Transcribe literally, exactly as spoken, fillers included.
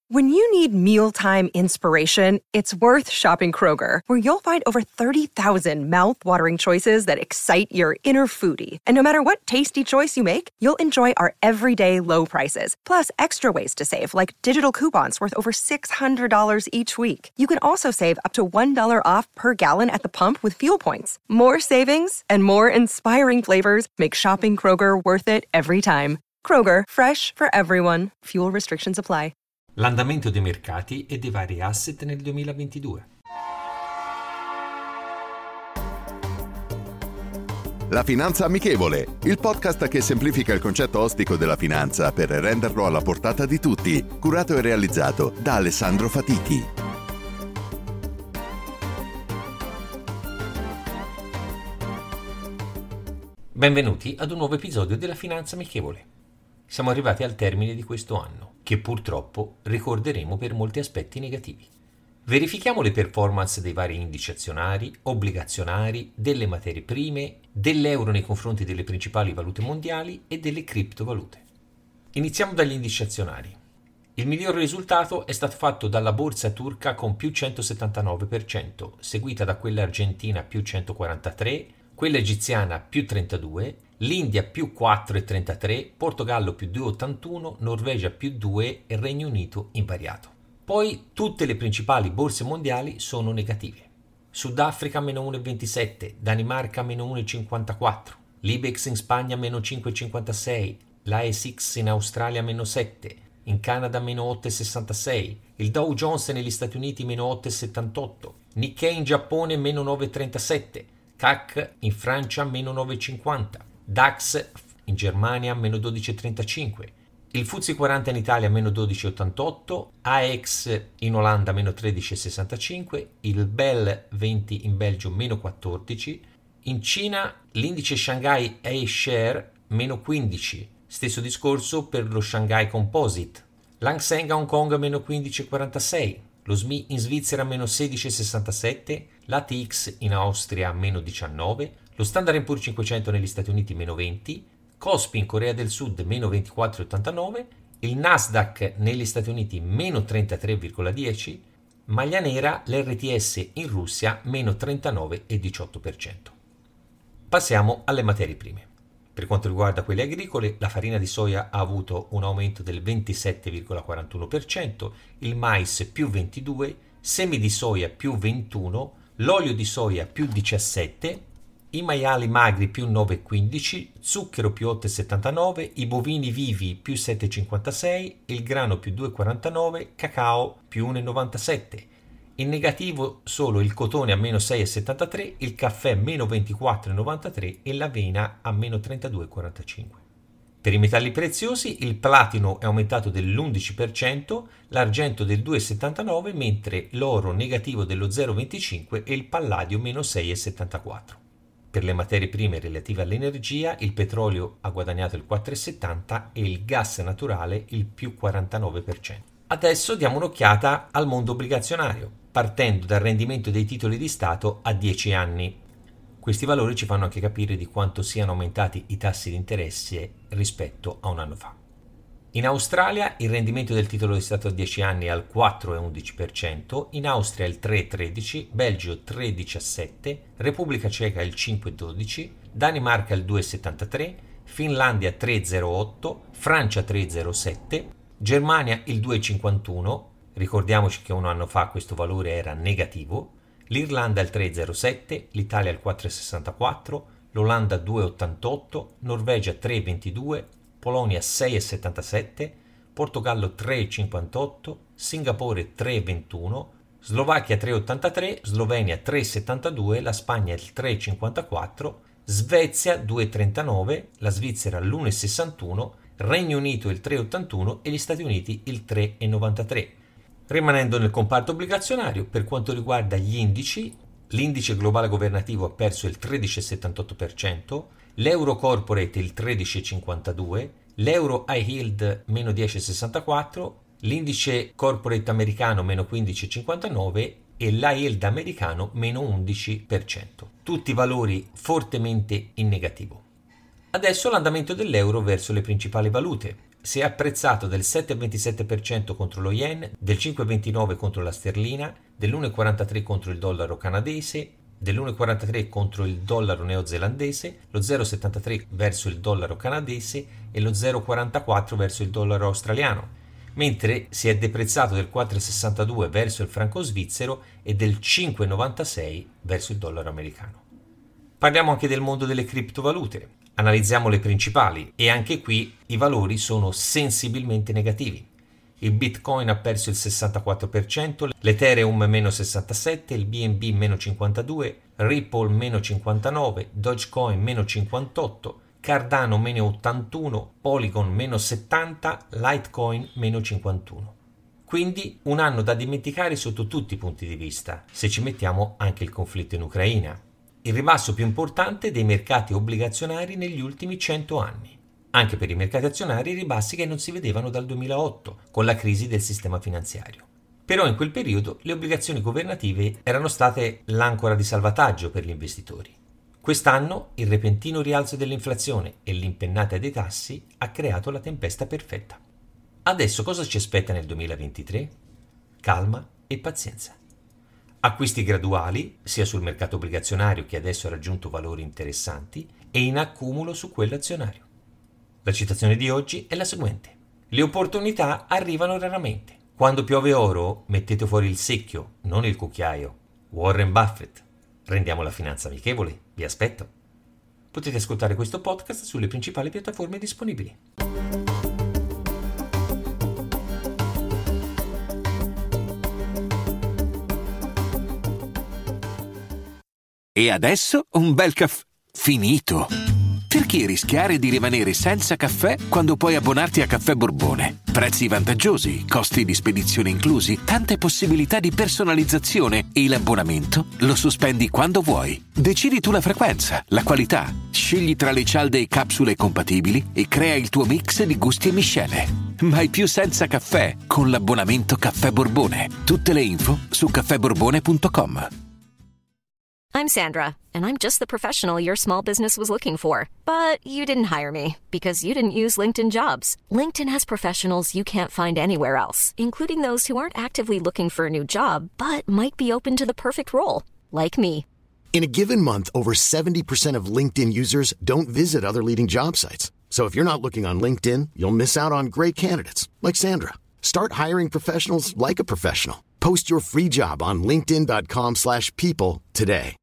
When you need mealtime inspiration, it's worth shopping Kroger, where you'll find over thirty thousand mouth-watering choices that excite your inner foodie. And no matter what tasty choice you make, you'll enjoy our everyday low prices, plus extra ways to save, like digital coupons worth over six hundred dollars each week. You can also save up to one dollar off per gallon at the pump with fuel points. More savings and more inspiring flavors make shopping Kroger worth it every time. Kroger, fresh for everyone. Fuel restrictions apply. L'andamento dei mercati e dei vari asset nel duemilaventidue. La Finanza Amichevole, il podcast che semplifica il concetto ostico della finanza per renderlo alla portata di tutti, curato e realizzato da Alessandro Fatichi. Benvenuti ad un nuovo episodio della Finanza Amichevole. Siamo arrivati al termine di questo anno, che purtroppo ricorderemo per molti aspetti negativi. Verifichiamo le performance dei vari indici azionari, obbligazionari, delle materie prime, dell'euro nei confronti delle principali valute mondiali e delle criptovalute. Iniziamo dagli indici azionari. Il miglior risultato è stato fatto dalla borsa turca con più centosettantanove per cento, seguita da quella argentina più centoquarantatré per cento, quella egiziana più trentadue per cento, l'India più quattro virgola trentatré per cento, Portogallo più due virgola ottantuno per cento, Norvegia più due per cento e Regno Unito invariato. Poi tutte le principali borse mondiali sono negative. Sudafrica meno uno virgola ventisette per cento, Danimarca meno uno virgola cinquantaquattro per cento, l'Ibex in Spagna meno cinque virgola cinquantasei per cento, l'A S X in Australia meno sette per cento, in Canada meno otto virgola sessantasei per cento, il Dow Jones negli Stati Uniti meno otto virgola settantotto per cento, Nikkei in Giappone meno nove virgola trentasette per cento, C A C in Francia meno nove virgola cinquanta per cento, DAX in Germania meno dodici virgola trentacinque per cento, il F T S E quaranta in Italia meno dodici virgola ottantotto per cento, A E X in Olanda meno tredici virgola sessantacinque per cento, il B E L venti in Belgio meno quattordici per cento, in Cina l'indice Shanghai A-Share meno quindici per cento, stesso discorso per lo Shanghai Composite, l'Hang Seng a Hong Kong meno quindici virgola quarantasei per cento, lo S M I in Svizzera meno sedici virgola sessantasette per cento, l'A T X in Austria meno diciannove per cento, lo Standard and Poor's cinquecento negli Stati Uniti meno venti per cento, Kospi in Corea del Sud meno ventiquattro virgola ottantanove per cento, il Nasdaq negli Stati Uniti meno trentatré virgola dieci per cento, maglia nera l'R T S in Russia meno trentanove virgola diciotto per cento. Passiamo alle materie prime. Per quanto riguarda quelle agricole, la farina di soia ha avuto un aumento del ventisette virgola quarantuno per cento, il mais più ventidue per cento, semi di soia più ventuno per cento, l'olio di soia più diciassette per cento, i maiali magri più nove virgola quindici per cento, zucchero più otto virgola settantanove per cento, i bovini vivi più sette virgola cinquantasei per cento, il grano più due virgola quarantanove per cento, cacao più uno virgola novantasette per cento. In negativo solo il cotone a meno sei virgola settantatré per cento, il caffè meno ventiquattro virgola novantatré per cento e l'avena a meno trentadue virgola quarantacinque per cento. Per i metalli preziosi il platino è aumentato dell'undici per cento, l'argento del due virgola settantanove per cento, mentre l'oro negativo dello zero virgola venticinque per cento e il palladio meno sei virgola settantaquattro per cento. Per le materie prime relative all'energia, il petrolio ha guadagnato il quattro virgola settanta per cento e il gas naturale il più quarantanove per cento. Adesso diamo un'occhiata al mondo obbligazionario, partendo dal rendimento dei titoli di Stato a dieci anni. Questi valori ci fanno anche capire di quanto siano aumentati i tassi di interesse rispetto a un anno fa. In Australia il rendimento del titolo di Stato a dieci anni è al quattro virgola undici per cento, in Austria il tre virgola tredici per cento, Belgio tre virgola diciassette per cento, Repubblica Ceca il cinque virgola dodici per cento, Danimarca il due virgola settantatré per cento, Finlandia tre virgola zero otto per cento, Francia tre virgola zero sette per cento, Germania il due virgola cinquantuno per cento, ricordiamoci che un anno fa questo valore era negativo, l'Irlanda il tre virgola zero sette per cento, l'Italia il quattro virgola sessantaquattro per cento, l'Olanda due virgola ottantotto per cento, Norvegia tre virgola ventidue per cento, Polonia sei virgola settantasette per cento, Portogallo tre virgola cinquantotto per cento, Singapore tre virgola ventuno per cento, Slovacchia tre virgola ottantatré per cento, Slovenia tre virgola settantadue per cento, la Spagna il tre virgola cinquantaquattro per cento, Svezia due virgola trentanove per cento, la Svizzera l'uno virgola sessantuno per cento, Regno Unito il tre virgola ottantuno per cento e gli Stati Uniti il tre virgola novantatré per cento. Rimanendo nel comparto obbligazionario, per quanto riguarda gli indici, l'indice globale governativo ha perso il tredici virgola settantotto per cento, l'euro corporate il tredici virgola cinquantadue per cento, l'euro high yield meno dieci virgola sessantaquattro per cento, l'indice corporate americano meno quindici virgola cinquantanove per cento e l'high yield americano meno undici per cento. Tutti valori fortemente in negativo. Adesso l'andamento dell'euro verso le principali valute. si è apprezzato del sette virgola ventisette per cento contro lo yen, del cinque virgola ventinove per cento contro la sterlina, dell'uno virgola quarantatré per cento contro il dollaro canadese, dell'uno virgola quarantatré per cento contro il dollaro neozelandese, lo zero virgola settantatré per cento verso il dollaro canadese e lo zero virgola quarantaquattro per cento verso il dollaro australiano, mentre si è deprezzato del quattro virgola sessantadue per cento verso il franco svizzero e del cinque virgola novantasei per cento verso il dollaro americano. Parliamo anche del mondo delle criptovalute. Analizziamo le principali e anche qui i valori sono sensibilmente negativi. Il Bitcoin ha perso il sessantaquattro per cento, l'Ethereum meno sessantasette, il B N B meno cinquantadue, Ripple meno cinquantanove, Dogecoin meno cinquantotto, Cardano meno ottantuno, Polygon meno settanta, Litecoin meno cinquantuno. Quindi un anno da dimenticare sotto tutti i punti di vista, se ci mettiamo anche il conflitto in Ucraina. Il ribasso più importante dei mercati obbligazionari negli ultimi cento anni. Anche per i mercati azionari ribassi che non si vedevano dal duemilaotto, con la crisi del sistema finanziario. Però in quel periodo le obbligazioni governative erano state l'ancora di salvataggio per gli investitori. Quest'anno il repentino rialzo dell'inflazione e l'impennata dei tassi ha creato la tempesta perfetta. Adesso cosa ci aspetta nel duemilaventitré? Calma e pazienza. Acquisti graduali, sia sul mercato obbligazionario che adesso ha raggiunto valori interessanti, e in accumulo su quello azionario. La citazione di oggi è la seguente. Le opportunità arrivano raramente. Quando piove oro, mettete fuori il secchio, non il cucchiaio. Warren Buffett. Rendiamo la finanza amichevole. Vi aspetto. Potete ascoltare questo podcast sulle principali piattaforme disponibili. E adesso un bel caffè finito. Perché rischiare di rimanere senza caffè quando puoi abbonarti a Caffè Borbone? Prezzi vantaggiosi, costi di spedizione inclusi, tante possibilità di personalizzazione e l'abbonamento lo sospendi quando vuoi. Decidi tu la frequenza, la qualità, scegli tra le cialde e capsule compatibili e crea il tuo mix di gusti e miscele. Mai più senza caffè con l'abbonamento Caffè Borbone. Tutte le info su caffè borbone punto com. I'm Sandra, and I'm just the professional your small business was looking for. But you didn't hire me because you didn't use LinkedIn Jobs. LinkedIn has professionals you can't find anywhere else, including those who aren't actively looking for a new job, but might be open to the perfect role, like me. In a given month, over seventy percent of LinkedIn users don't visit other leading job sites. So if you're not looking on LinkedIn, you'll miss out on great candidates, like Sandra. Start hiring professionals like a professional. Post your free job on linkedin dot com slash people today.